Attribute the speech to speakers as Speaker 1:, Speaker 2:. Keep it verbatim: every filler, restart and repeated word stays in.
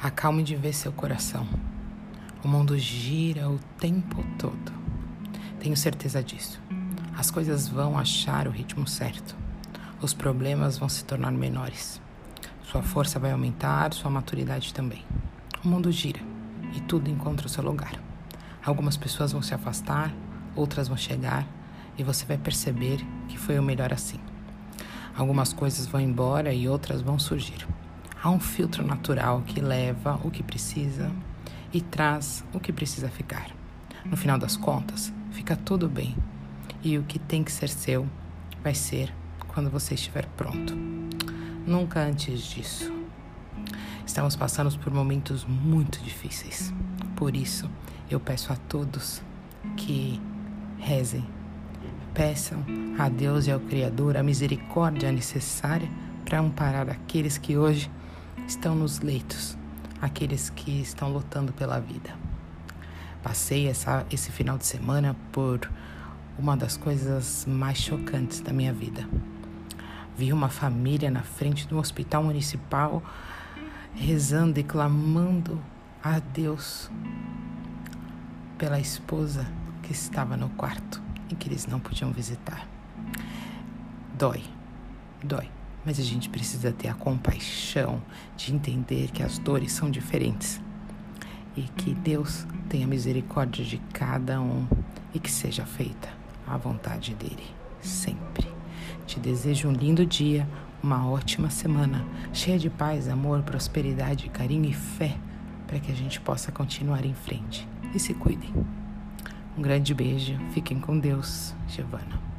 Speaker 1: Acalme de ver seu coração. O mundo gira o tempo todo. Tenho certeza disso. As coisas vão achar o ritmo certo. Os problemas vão se tornar menores. Sua força vai aumentar, sua maturidade também. O mundo gira e tudo encontra o seu lugar. Algumas pessoas vão se afastar, outras vão chegar e você vai perceber que foi o melhor assim. Algumas coisas vão embora e outras vão surgir. Há um filtro natural que leva o que precisa e traz o que precisa ficar. No final das contas, fica tudo bem. E o que tem que ser seu vai ser quando você estiver pronto. Nunca antes disso. Estamos passando por momentos muito difíceis. Por isso, eu peço a todos que rezem. Peçam a Deus e ao Criador a misericórdia necessária para amparar aqueles que hoje estão nos leitos, aqueles que estão lutando pela vida. Passei essa, esse final de semana por uma das coisas mais chocantes da minha vida. Vi uma família na frente de um hospital municipal rezando e clamando a Deus pela esposa que estava no quarto e que eles não podiam visitar. Dói, dói. Mas a gente precisa ter a compaixão de entender que as dores são diferentes e que Deus tenha misericórdia de cada um e que seja feita a vontade dele, sempre. Te desejo um lindo dia, uma ótima semana, cheia de paz, amor, prosperidade, carinho e fé, para que a gente possa continuar em frente. E se cuidem. Um grande beijo, fiquem com Deus, Giovana.